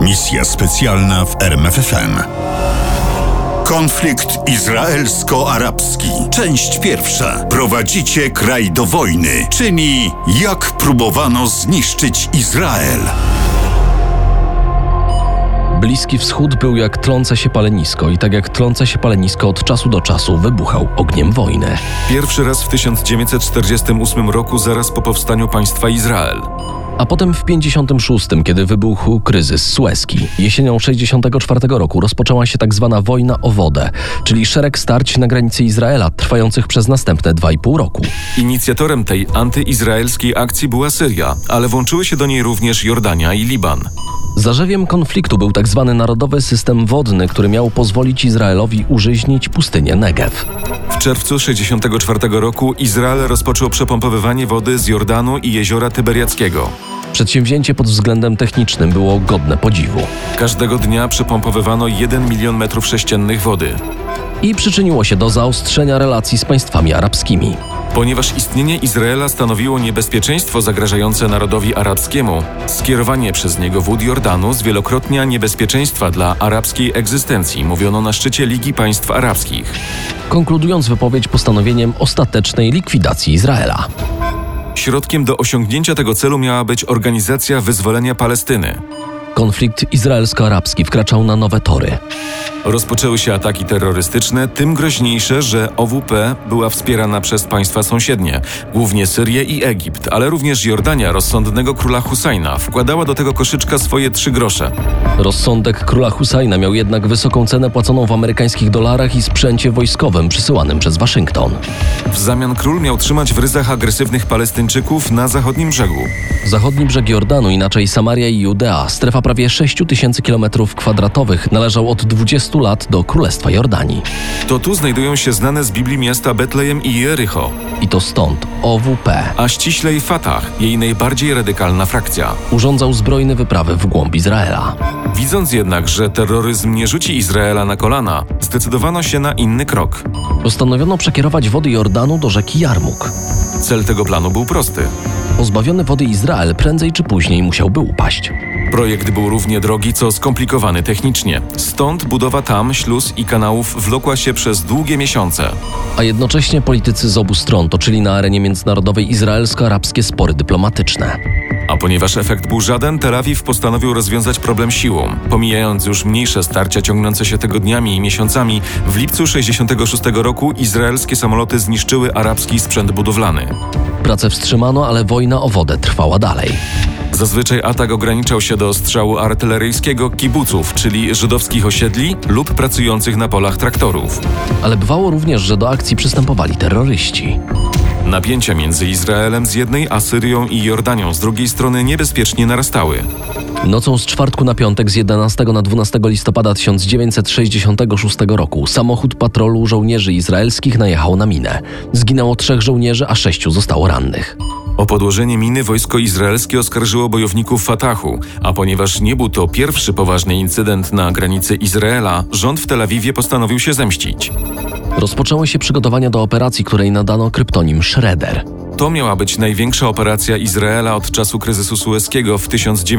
Misja specjalna w RMFFM. Konflikt izraelsko-arabski. Część pierwsza. Prowadzicie kraj do wojny, czyli jak próbowano zniszczyć Izrael. Bliski Wschód był jak trące się palenisko i tak jak trące się palenisko od czasu do czasu wybuchał ogniem wojny. Pierwszy raz w 1948 roku, zaraz po powstaniu państwa Izrael. A potem w 56, kiedy wybuchł kryzys sueski. Jesienią 64 roku rozpoczęła się tak zwana wojna o wodę, czyli szereg starć na granicy Izraela, trwających przez następne 2,5 roku. Inicjatorem tej antyizraelskiej akcji była Syria, ale włączyły się do niej również Jordania i Liban. Zarzewiem konfliktu był tak zwany narodowy system wodny, który miał pozwolić Izraelowi użyźnić pustynię Negev. W czerwcu 1964 roku Izrael rozpoczął przepompowywanie wody z Jordanu i jeziora Tyberiackiego. Przedsięwzięcie pod względem technicznym było godne podziwu. Każdego dnia przepompowywano 1 milion metrów sześciennych wody. I przyczyniło się do zaostrzenia relacji z państwami arabskimi. Ponieważ istnienie Izraela stanowiło niebezpieczeństwo zagrażające narodowi arabskiemu, skierowanie przez niego wód Jordanu zwielokrotnia niebezpieczeństwa dla arabskiej egzystencji, mówiono na szczycie Ligi Państw Arabskich. Konkludując wypowiedź postanowieniem ostatecznej likwidacji Izraela. Środkiem do osiągnięcia tego celu miała być Organizacja Wyzwolenia Palestyny. Konflikt izraelsko-arabski wkraczał na nowe tory. Rozpoczęły się ataki terrorystyczne, tym groźniejsze, że OWP była wspierana przez państwa sąsiednie, głównie Syrię i Egipt, ale również Jordania rozsądnego króla Husajna wkładała do tego koszyczka swoje 3 grosze. Rozsądek króla Husajna miał jednak wysoką cenę płaconą w amerykańskich dolarach i sprzęcie wojskowym przysyłanym przez Waszyngton. W zamian król miał trzymać w ryzach agresywnych Palestyńczyków na zachodnim brzegu. Zachodni brzeg Jordanu, inaczej Samaria i Judea, strefa prawie 6000 km2, należał od 20 lat do Królestwa Jordanii. To tu znajdują się znane z Biblii miasta Betlejem i Jericho. I to stąd OWP, a ściślej Fatah, jej najbardziej radykalna frakcja, urządzał zbrojne wyprawy w głąb Izraela. Widząc jednak, że terroryzm nie rzuci Izraela na kolana, zdecydowano się na inny krok. Postanowiono przekierować wody Jordanu do rzeki Jarmuk. Cel tego planu był prosty. Pozbawiony wody Izrael prędzej czy później musiałby upaść. Projekt był równie drogi, co skomplikowany technicznie. Stąd budowa tam śluz i kanałów wlokła się przez długie miesiące. A jednocześnie politycy z obu stron toczyli na arenie międzynarodowej izraelsko-arabskie spory dyplomatyczne. A ponieważ efekt był żaden, Tel Awiw postanowił rozwiązać problem siłą. Pomijając już mniejsze starcia ciągnące się tygodniami i miesiącami, w lipcu 1966 roku izraelskie samoloty zniszczyły arabski sprzęt budowlany. Pracę wstrzymano, ale wojna o wodę trwała dalej. Zazwyczaj atak ograniczał się do strzału artyleryjskiego kibuców, czyli żydowskich osiedli lub pracujących na polach traktorów. Ale bywało również, że do akcji przystępowali terroryści. Napięcia między Izraelem z jednej, a Syrią i Jordanią z drugiej strony niebezpiecznie narastały. Nocą z czwartku na piątek z 11 na 12 listopada 1966 roku samochód patrolu żołnierzy izraelskich najechał na minę. Zginęło 3 żołnierzy, a 6 zostało rannych. O podłożenie miny wojsko izraelskie oskarżyło bojowników Fatahu, a ponieważ nie był to pierwszy poważny incydent na granicy Izraela, rząd w Tel Awiwie postanowił się zemścić. Rozpoczęły się przygotowania do operacji, której nadano kryptonim Shredder. To miała być największa operacja Izraela od czasu kryzysu sueskiego w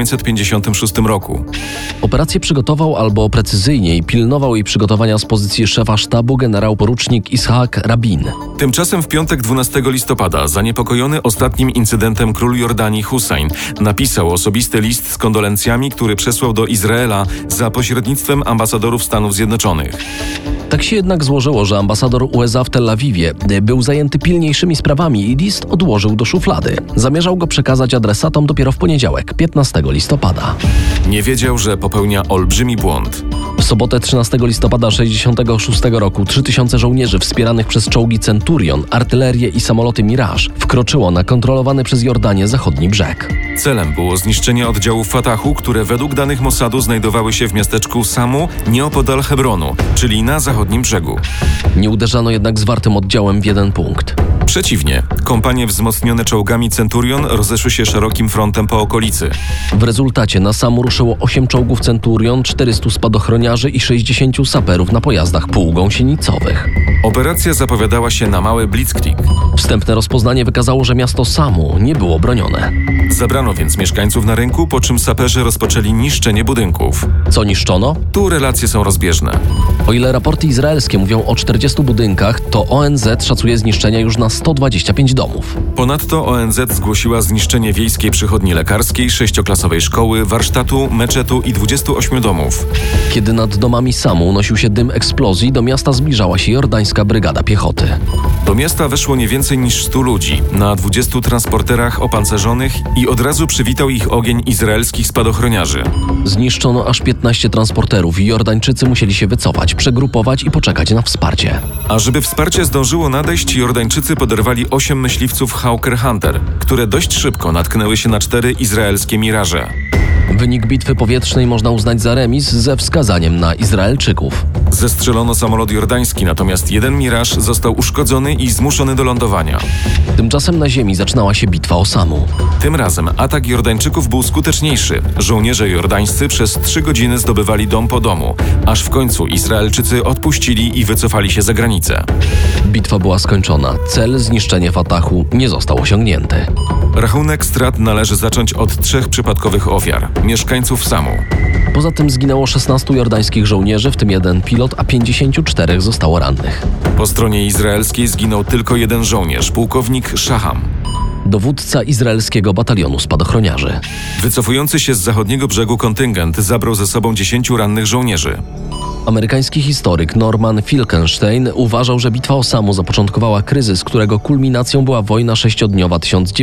1956 roku. Operację przygotował, albo precyzyjniej pilnował jej przygotowania z pozycji szefa sztabu generał porucznik Ishak Rabin. Tymczasem w piątek 12 listopada, zaniepokojony ostatnim incydentem król Jordanii Husajn, napisał osobisty list z kondolencjami, który przesłał do Izraela za pośrednictwem ambasadorów Stanów Zjednoczonych. Tak się jednak złożyło, że ambasador USA w Tel Awiwie był zajęty pilniejszymi sprawami i list odłożył do szuflady. Zamierzał go przekazać adresatom dopiero w poniedziałek, 15 listopada. Nie wiedział, że popełnia olbrzymi błąd. W sobotę 13 listopada 1966 roku 3000 żołnierzy wspieranych przez czołgi Centurion, artylerię i samoloty Mirage wkroczyło na kontrolowany przez Jordanię zachodni brzeg. Celem było zniszczenie oddziałów Fatahu, które według danych Mossadu znajdowały się w miasteczku Samu nieopodal Hebronu, czyli na zachodnim brzegu. Nie uderzano jednak zwartym oddziałem w jeden punkt. Przeciwnie, kompanie wzmocnione czołgami Centurion rozeszły się szerokim frontem po okolicy. W rezultacie na Samu ruszyło 8 czołgów Centurion, 400 spadochroniarzy i 60 saperów na pojazdach półgąsienicowych. Operacja zapowiadała się na mały blitzkrieg. Wstępne rozpoznanie wykazało, że miasto Samu nie było bronione. Zabrano więc mieszkańców na rynku, po czym saperzy rozpoczęli niszczenie budynków. Co niszczono? Tu relacje są rozbieżne. O ile raporty izraelskie mówią o 40 budynkach, to ONZ szacuje zniszczenia już na 125 domów. Ponadto ONZ zgłosiła zniszczenie wiejskiej przychodni lekarskiej, 6-klasowej szkoły, warsztatu, meczetu i 28 domów. Kiedy nad domami SAMU unosił się dym eksplozji, do miasta zbliżała się jordańska brygada piechoty. Do miasta weszło nie więcej niż 100 ludzi, na 20 transporterach opancerzonych i od razu przywitał ich ogień izraelskich spadochroniarzy. Zniszczono aż 15 transporterów i Jordańczycy musieli się wycofać, przegrupować i poczekać na wsparcie. A żeby wsparcie zdążyło nadejść, Jordańczycy poderwali 8 myśliwców Hawker Hunter, które dość szybko natknęły się na 4 izraelskie Miraże. Wynik bitwy powietrznej można uznać za remis ze wskazaniem na Izraelczyków. Zestrzelono samolot jordański, natomiast jeden Miraż został uszkodzony i zmuszony do lądowania. Tymczasem na ziemi zaczynała się bitwa o SAMU. Tym razem atak Jordańczyków był skuteczniejszy. Żołnierze jordańscy przez 3 godziny zdobywali dom po domu, aż w końcu Izraelczycy odpuścili i wycofali się za granicę. Bitwa była skończona. Cel zniszczenia Fatahu nie został osiągnięty. Rachunek strat należy zacząć od 3 przypadkowych ofiar – mieszkańców SAMU. Poza tym zginęło 16 jordańskich żołnierzy, w tym 1 pilot, a 54 zostało rannych. Po stronie izraelskiej zginął tylko 1 żołnierz, pułkownik Shaham. Dowódca izraelskiego batalionu spadochroniarzy. Wycofujący się z zachodniego brzegu kontyngent zabrał ze sobą 10 rannych żołnierzy. Amerykański historyk Norman Finkelstein uważał, że bitwa o SAMU zapoczątkowała kryzys, którego kulminacją była wojna 6-dniowa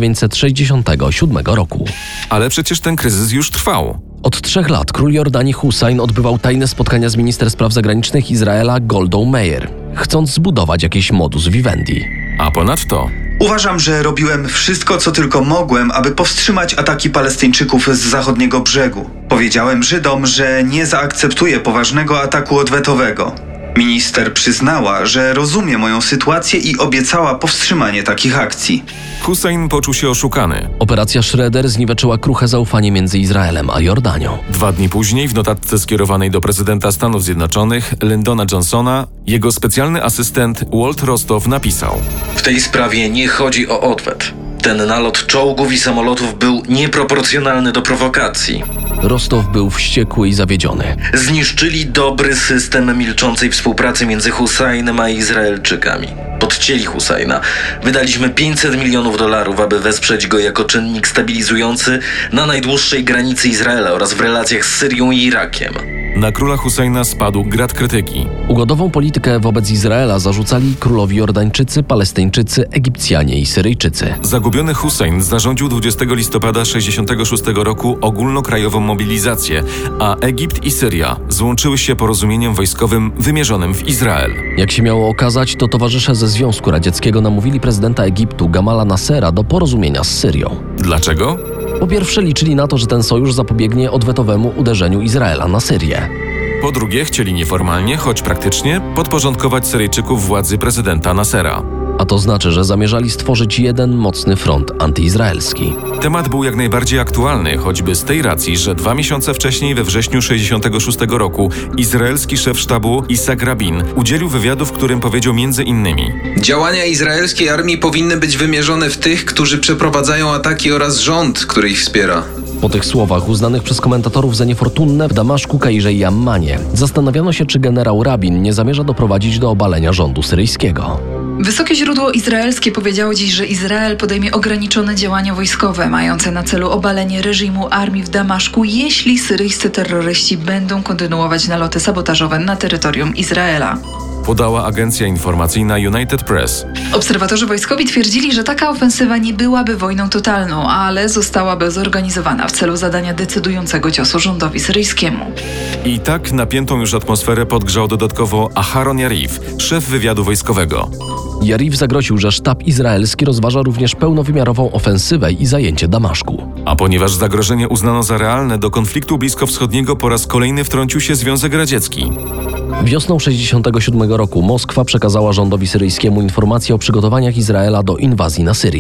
1967 roku. Ale przecież ten kryzys już trwał. Od 3 lat król Jordanii Hussein odbywał tajne spotkania z minister spraw zagranicznych Izraela Goldą Meir, chcąc zbudować jakiś modus vivendi. A ponadto Uważam, że robiłem wszystko, co tylko mogłem, aby powstrzymać ataki Palestyńczyków z zachodniego brzegu. Powiedziałem Żydom, że nie zaakceptuję poważnego ataku odwetowego. Minister przyznała, że rozumie moją sytuację i obiecała powstrzymanie takich akcji. Hussein poczuł się oszukany. Operacja Shredder zniweczyła kruche zaufanie między Izraelem a Jordanią. 2 dni później w notatce skierowanej do prezydenta Stanów Zjednoczonych Lyndona Johnsona jego specjalny asystent Walt Rostow napisał: W tej sprawie nie chodzi o odwet. Ten nalot czołgów i samolotów był nieproporcjonalny do prowokacji. Rostow był wściekły i zawiedziony. Zniszczyli dobry system milczącej współpracy między Husseinem a Izraelczykami. Podcięli Husseina. Wydaliśmy $500 milionów, aby wesprzeć go jako czynnik stabilizujący na najdłuższej granicy Izraela oraz w relacjach z Syrią i Irakiem. Na króla Husseina spadł grad krytyki. Ugodową politykę wobec Izraela zarzucali królowi Jordańczycy, Palestyńczycy, Egipcjanie i Syryjczycy. Zagubiony Hussein zarządził 20 listopada 1966 roku ogólnokrajową mobilizację, a Egipt i Syria złączyły się porozumieniem wojskowym wymierzonym w Izrael. Jak się miało okazać, to towarzysze ze Związku Radzieckiego namówili prezydenta Egiptu Gamala Nassera do porozumienia z Syrią. Dlaczego? Po pierwsze, liczyli na to, że ten sojusz zapobiegnie odwetowemu uderzeniu Izraela na Syrię. Po drugie, chcieli nieformalnie, choć praktycznie, podporządkować Syryjczyków władzy prezydenta Nassera. A to znaczy, że zamierzali stworzyć jeden mocny front antyizraelski. Temat był jak najbardziej aktualny, choćby z tej racji, że 2 miesiące wcześniej, we wrześniu 1966 roku, izraelski szef sztabu Isaac Rabin udzielił wywiadu, w którym powiedział m.in. Działania izraelskiej armii powinny być wymierzone w tych, którzy przeprowadzają ataki oraz rząd, który ich wspiera. Po tych słowach, uznanych przez komentatorów za niefortunne, w Damaszku, Kairze i Ammanie zastanawiano się, czy generał Rabin nie zamierza doprowadzić do obalenia rządu syryjskiego. Wysokie źródło izraelskie powiedziało dziś, że Izrael podejmie ograniczone działania wojskowe mające na celu obalenie reżimu armii w Damaszku, jeśli syryjscy terroryści będą kontynuować naloty sabotażowe na terytorium Izraela. Podała agencja informacyjna United Press. Obserwatorzy wojskowi twierdzili, że taka ofensywa nie byłaby wojną totalną, ale zostałaby zorganizowana w celu zadania decydującego ciosu rządowi syryjskiemu. I tak napiętą już atmosferę podgrzał dodatkowo Aharon Yarif, szef wywiadu wojskowego. Yarif zagroził, że sztab izraelski rozważa również pełnowymiarową ofensywę i zajęcie Damaszku. A ponieważ zagrożenie uznano za realne, do konfliktu bliskowschodniego po raz kolejny wtrącił się Związek Radziecki. Wiosną 1967 roku Moskwa przekazała rządowi syryjskiemu informacje o przygotowaniach Izraela do inwazji na Syrię.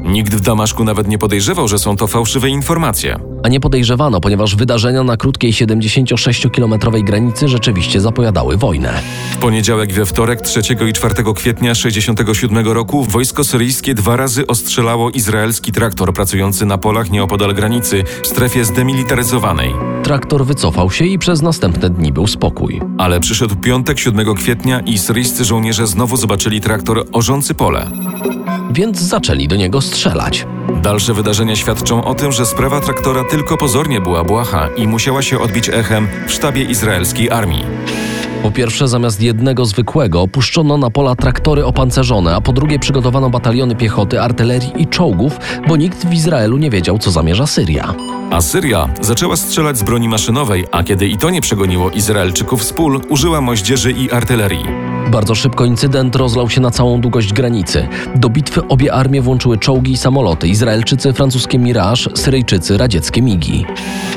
Nikt w Damaszku nawet nie podejrzewał, że są to fałszywe informacje. A nie podejrzewano, ponieważ wydarzenia na krótkiej 76-kilometrowej granicy rzeczywiście zapowiadały wojnę. W poniedziałek i we wtorek 3 i 4 kwietnia 1967 roku wojsko syryjskie 2 razy ostrzelało izraelski traktor pracujący na polach nieopodal granicy w strefie zdemilitaryzowanej. Traktor wycofał się i przez następne dni był spokój. Ale przyszedł piątek 7 kwietnia i syryjscy żołnierze znowu zobaczyli traktor orzący pole. Więc zaczęli do niego strzelać. Dalsze wydarzenia świadczą o tym, że sprawa traktora tylko pozornie była błaha i musiała się odbić echem w sztabie izraelskiej armii. Po pierwsze, zamiast jednego zwykłego opuszczono na pola traktory opancerzone, a po drugie przygotowano bataliony piechoty, artylerii i czołgów, bo nikt w Izraelu nie wiedział, co zamierza Syria. A Syria zaczęła strzelać z broni maszynowej, a kiedy i to nie przegoniło Izraelczyków z pól, użyła moździerzy i artylerii. Bardzo szybko incydent rozlał się na całą długość granicy. Do bitwy obie armie włączyły czołgi i samoloty. Izraelczycy francuskie Mirage, Syryjczycy radzieckie Migi.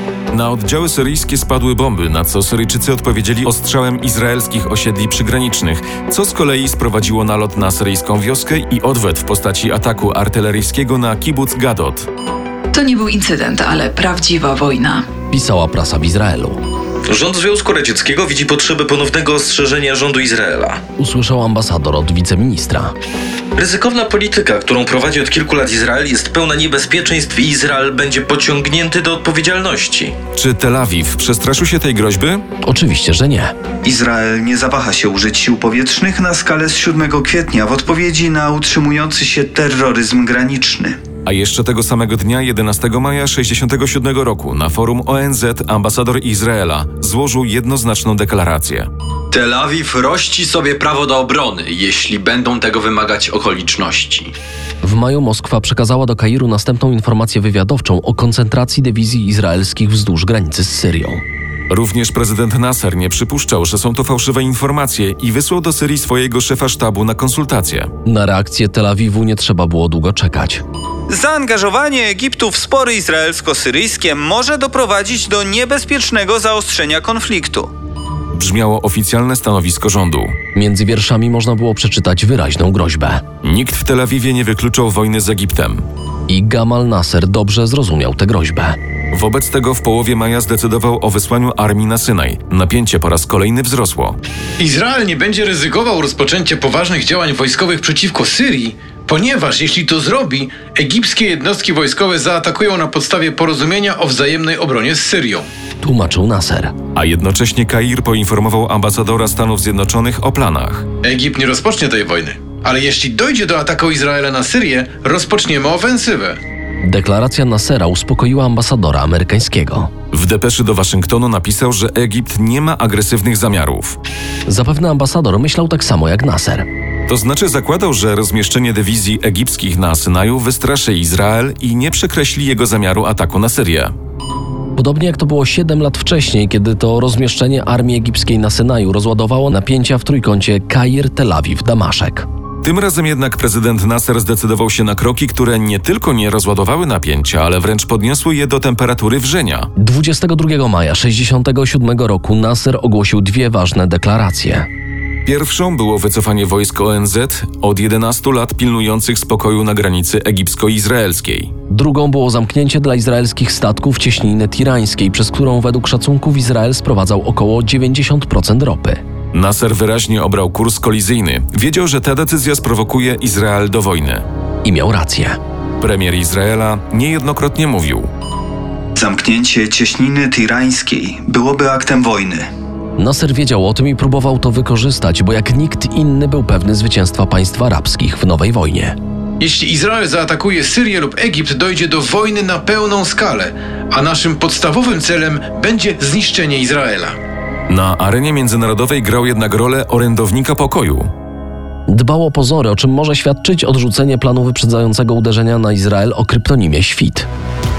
Na oddziały syryjskie spadły bomby, na co Syryjczycy odpowiedzieli ostrzałem izraelskich osiedli przygranicznych, co z kolei sprowadziło nalot na syryjską wioskę i odwet w postaci ataku artyleryjskiego na kibuc Gadot. To nie był incydent, ale prawdziwa wojna. Pisała prasa w Izraelu. Rząd Związku Radzieckiego widzi potrzebę ponownego ostrzeżenia rządu Izraela. Usłyszał ambasador od wiceministra. Ryzykowna polityka, którą prowadzi od kilku lat Izrael, jest pełna niebezpieczeństw i Izrael będzie pociągnięty do odpowiedzialności. Czy Tel Awiw przestraszył się tej groźby? Oczywiście, że nie. Izrael nie zawaha się użyć sił powietrznych na skalę z 7 kwietnia w odpowiedzi na utrzymujący się terroryzm graniczny. A jeszcze tego samego dnia, 11 maja 1967 roku, na forum ONZ ambasador Izraela złożył jednoznaczną deklarację. Tel Awiw rości sobie prawo do obrony, jeśli będą tego wymagać okoliczności. W maju Moskwa przekazała do Kairu następną informację wywiadowczą o koncentracji dywizji izraelskich wzdłuż granicy z Syrią. Również prezydent Nasser nie przypuszczał, że są to fałszywe informacje i wysłał do Syrii swojego szefa sztabu na konsultacje. Na reakcję Tel Awiwu nie trzeba było długo czekać. Zaangażowanie Egiptu w spory izraelsko-syryjskie może doprowadzić do niebezpiecznego zaostrzenia konfliktu. Brzmiało oficjalne stanowisko rządu. Między wierszami można było przeczytać wyraźną groźbę. Nikt w Tel Awiwie nie wykluczał wojny z Egiptem. I Gamal Nasser dobrze zrozumiał tę groźbę. Wobec tego w połowie maja zdecydował o wysłaniu armii na Synaj. Napięcie po raz kolejny wzrosło. Izrael nie będzie ryzykował rozpoczęcia poważnych działań wojskowych przeciwko Syrii, ponieważ jeśli to zrobi, egipskie jednostki wojskowe zaatakują na podstawie porozumienia o wzajemnej obronie z Syrią. Tłumaczył Nasser. A jednocześnie Kair poinformował ambasadora Stanów Zjednoczonych o planach. Egipt nie rozpocznie tej wojny, ale jeśli dojdzie do ataku Izraela na Syrię, rozpoczniemy ofensywę. Deklaracja Nassera uspokoiła ambasadora amerykańskiego. W depeszy do Waszyngtonu napisał, że Egipt nie ma agresywnych zamiarów. Zapewne ambasador myślał tak samo jak Nasser. To znaczy zakładał, że rozmieszczenie dywizji egipskich na Synaju wystraszy Izrael i nie przekreśli jego zamiaru ataku na Syrię. Podobnie jak to było 7 lat wcześniej, kiedy to rozmieszczenie armii egipskiej na Synaju rozładowało napięcia w trójkącie Kair, Tel Awiw, Damaszek. Tym razem jednak prezydent Nasser zdecydował się na kroki, które nie tylko nie rozładowały napięcia, ale wręcz podniosły je do temperatury wrzenia. 22 maja 1967 roku Nasser ogłosił 2 ważne deklaracje. Pierwszą było wycofanie wojsk ONZ od 11 lat pilnujących spokoju na granicy egipsko-izraelskiej. Drugą było zamknięcie dla izraelskich statków cieśniny tirańskiej, przez którą według szacunków Izrael sprowadzał około 90% ropy. Nasser wyraźnie obrał kurs kolizyjny. Wiedział, że ta decyzja sprowokuje Izrael do wojny. I miał rację. Premier Izraela niejednokrotnie mówił: Zamknięcie cieśniny tirańskiej byłoby aktem wojny. Nasser wiedział o tym i próbował to wykorzystać, bo jak nikt inny był pewny zwycięstwa państw arabskich w nowej wojnie. Jeśli Izrael zaatakuje Syrię lub Egipt, dojdzie do wojny na pełną skalę, a naszym podstawowym celem będzie zniszczenie Izraela. Na arenie międzynarodowej grał jednak rolę orędownika pokoju. Dbał o pozory, o czym może świadczyć odrzucenie planu wyprzedzającego uderzenia na Izrael o kryptonimie Świt.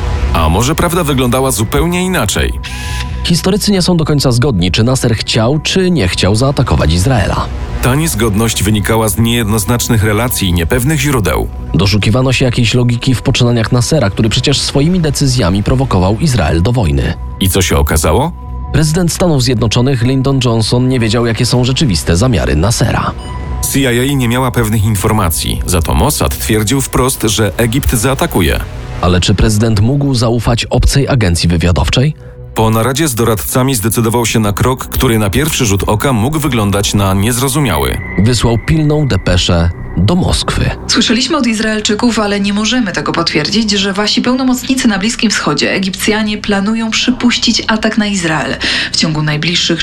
A może prawda wyglądała zupełnie inaczej? Historycy nie są do końca zgodni, czy Nasser chciał, czy nie chciał zaatakować Izraela. Ta niezgodność wynikała z niejednoznacznych relacji i niepewnych źródeł. Doszukiwano się jakiejś logiki w poczynaniach Nassera, który przecież swoimi decyzjami prowokował Izrael do wojny. I co się okazało? Prezydent Stanów Zjednoczonych Lyndon Johnson nie wiedział, jakie są rzeczywiste zamiary Nassera. CIA nie miała pewnych informacji, za to Mossad twierdził wprost, że Egipt zaatakuje. Ale czy prezydent mógł zaufać obcej agencji wywiadowczej? Po naradzie z doradcami zdecydował się na krok, który na pierwszy rzut oka mógł wyglądać na niezrozumiały. Wysłał pilną depeszę do Moskwy. Słyszeliśmy od Izraelczyków, ale nie możemy tego potwierdzić, że wasi pełnomocnicy na Bliskim Wschodzie, Egipcjanie, planują przypuścić atak na Izrael w ciągu najbliższych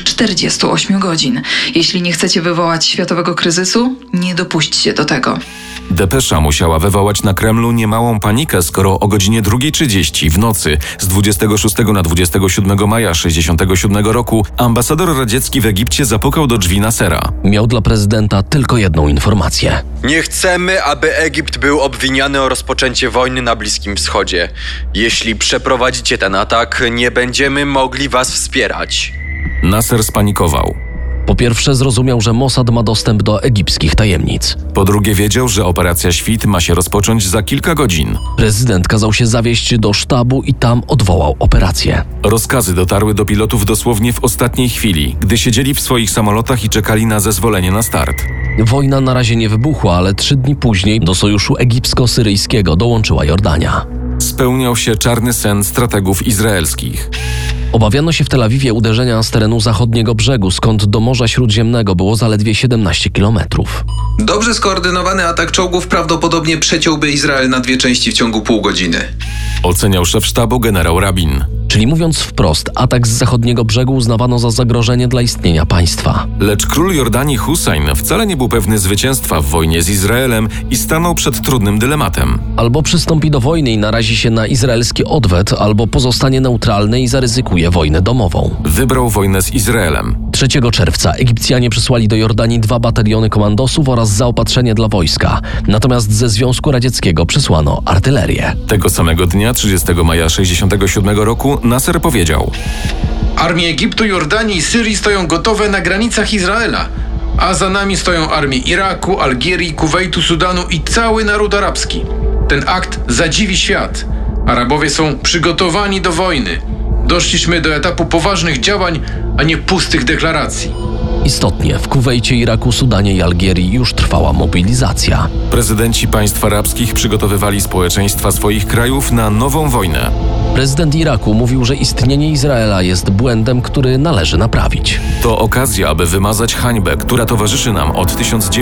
48 godzin. Jeśli nie chcecie wywołać światowego kryzysu, nie dopuśćcie do tego. Depesza musiała wywołać na Kremlu niemałą panikę, skoro o godzinie 2:30 w nocy z 26 na 27 maja 1967 roku ambasador radziecki w Egipcie zapukał do drzwi Nassera. Miał dla prezydenta tylko jedną informację. Nie chcemy, aby Egipt był obwiniany o rozpoczęcie wojny na Bliskim Wschodzie. Jeśli przeprowadzicie ten atak, nie będziemy mogli was wspierać. Nasser spanikował. Po pierwsze zrozumiał, że Mossad ma dostęp do egipskich tajemnic. Po drugie wiedział, że operacja Świt ma się rozpocząć za kilka godzin. Prezydent kazał się zawieźć do sztabu i tam odwołał operację. Rozkazy dotarły do pilotów dosłownie w ostatniej chwili, gdy siedzieli w swoich samolotach i czekali na zezwolenie na start. Wojna na razie nie wybuchła, ale 3 dni później do sojuszu egipsko-syryjskiego dołączyła Jordania. Spełniał się czarny sen strategów izraelskich. Obawiano się w Tel Awiwie uderzenia z terenu zachodniego brzegu, skąd do Morza Śródziemnego było zaledwie 17 kilometrów. Dobrze skoordynowany atak czołgów prawdopodobnie przeciąłby Izrael na 2 części w ciągu pół godziny. Oceniał szef sztabu generał Rabin. Czyli mówiąc wprost, atak z zachodniego brzegu uznawano za zagrożenie dla istnienia państwa. Lecz król Jordanii Hussein wcale nie był pewny zwycięstwa w wojnie z Izraelem i stanął przed trudnym dylematem. Albo przystąpi do wojny i narazi się na izraelski odwet, albo pozostanie neutralny i zaryzykuje wojnę domową. Wybrał wojnę z Izraelem. 3 czerwca Egipcjanie przysłali do Jordanii 2 bataliony komandosów oraz zaopatrzenie dla wojska. Natomiast ze Związku Radzieckiego przysłano artylerię. Tego samego dnia, 30 maja 1967 roku, Nasser powiedział: Armie Egiptu, Jordanii i Syrii stoją gotowe na granicach Izraela, a za nami stoją armie Iraku, Algierii, Kuwejtu, Sudanu i cały naród arabski. Ten akt zadziwi świat. Arabowie są przygotowani do wojny. Doszliśmy do etapu poważnych działań, a nie pustych deklaracji. Istotnie, w Kuwejcie, Iraku, Sudanie i Algierii już trwała mobilizacja. Prezydenci państw arabskich przygotowywali społeczeństwa swoich krajów na nową wojnę. Prezydent Iraku mówił, że istnienie Izraela jest błędem, który należy naprawić. To okazja, aby wymazać hańbę, która towarzyszy nam od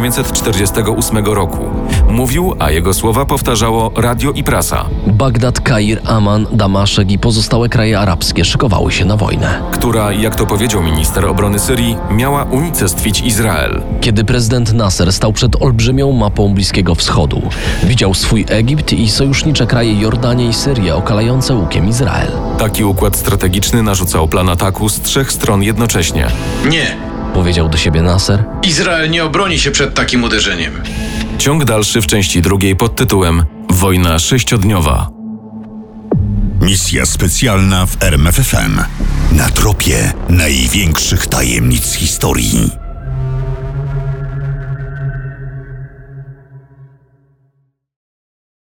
1948 roku. Mówił, a jego słowa powtarzało radio i prasa. Bagdad, Kair, Amman, Damaszek i pozostałe kraje arabskie szykowały się na wojnę, która, jak to powiedział minister obrony Syrii, miała unicestwić Izrael. Kiedy prezydent Nasser stał przed olbrzymią mapą Bliskiego Wschodu, widział swój Egipt i sojusznicze kraje Jordanię i Syrię okalające łukiem Izrael. Taki układ strategiczny narzucał plan ataku z 3 stron jednocześnie. Nie, powiedział do siebie Nasser. Izrael nie obroni się przed takim uderzeniem. Ciąg dalszy w części drugiej pod tytułem Wojna 6-dniowa. Misja specjalna w RMFFM. Na tropie największych tajemnic historii.